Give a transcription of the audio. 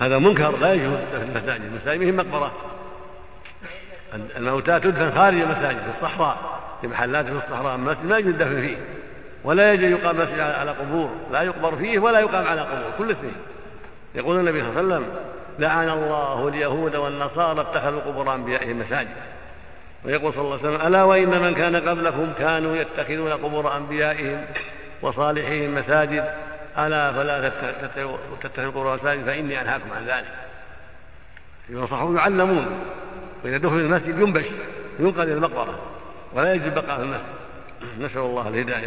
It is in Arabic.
هذا منكر لا يجوز في المساجد. المساجد هي مقبرة، الموتى تدفن خارج المساجد في الصحراء، في محلات في الصحراء. المسجد لا يجوز الدفن فيه، ولا يجوز يقام مسجد على قبور، لا يقبر فيه ولا يقام على قبور، كل اثنين. يقول النبي صلى الله عليه وسلم: لعن الله اليهود والنصارى اتخذوا قبور أنبيائهم مساجد. ويقول صلى الله عليه وسلم: ألا وإن من كان قبلكم كانوا يتخذون قبور أنبيائهم وصالحيهم مساجد، ألا فلا تتخذوا قبور مساجد فإني أنهاكم عن ذلك. ينصحون يعلمون، وإذا دخل المسجد ينبش ينقل إلى المقبرة ولا يجب البقاء في المسجد. نسأل الله الهداية.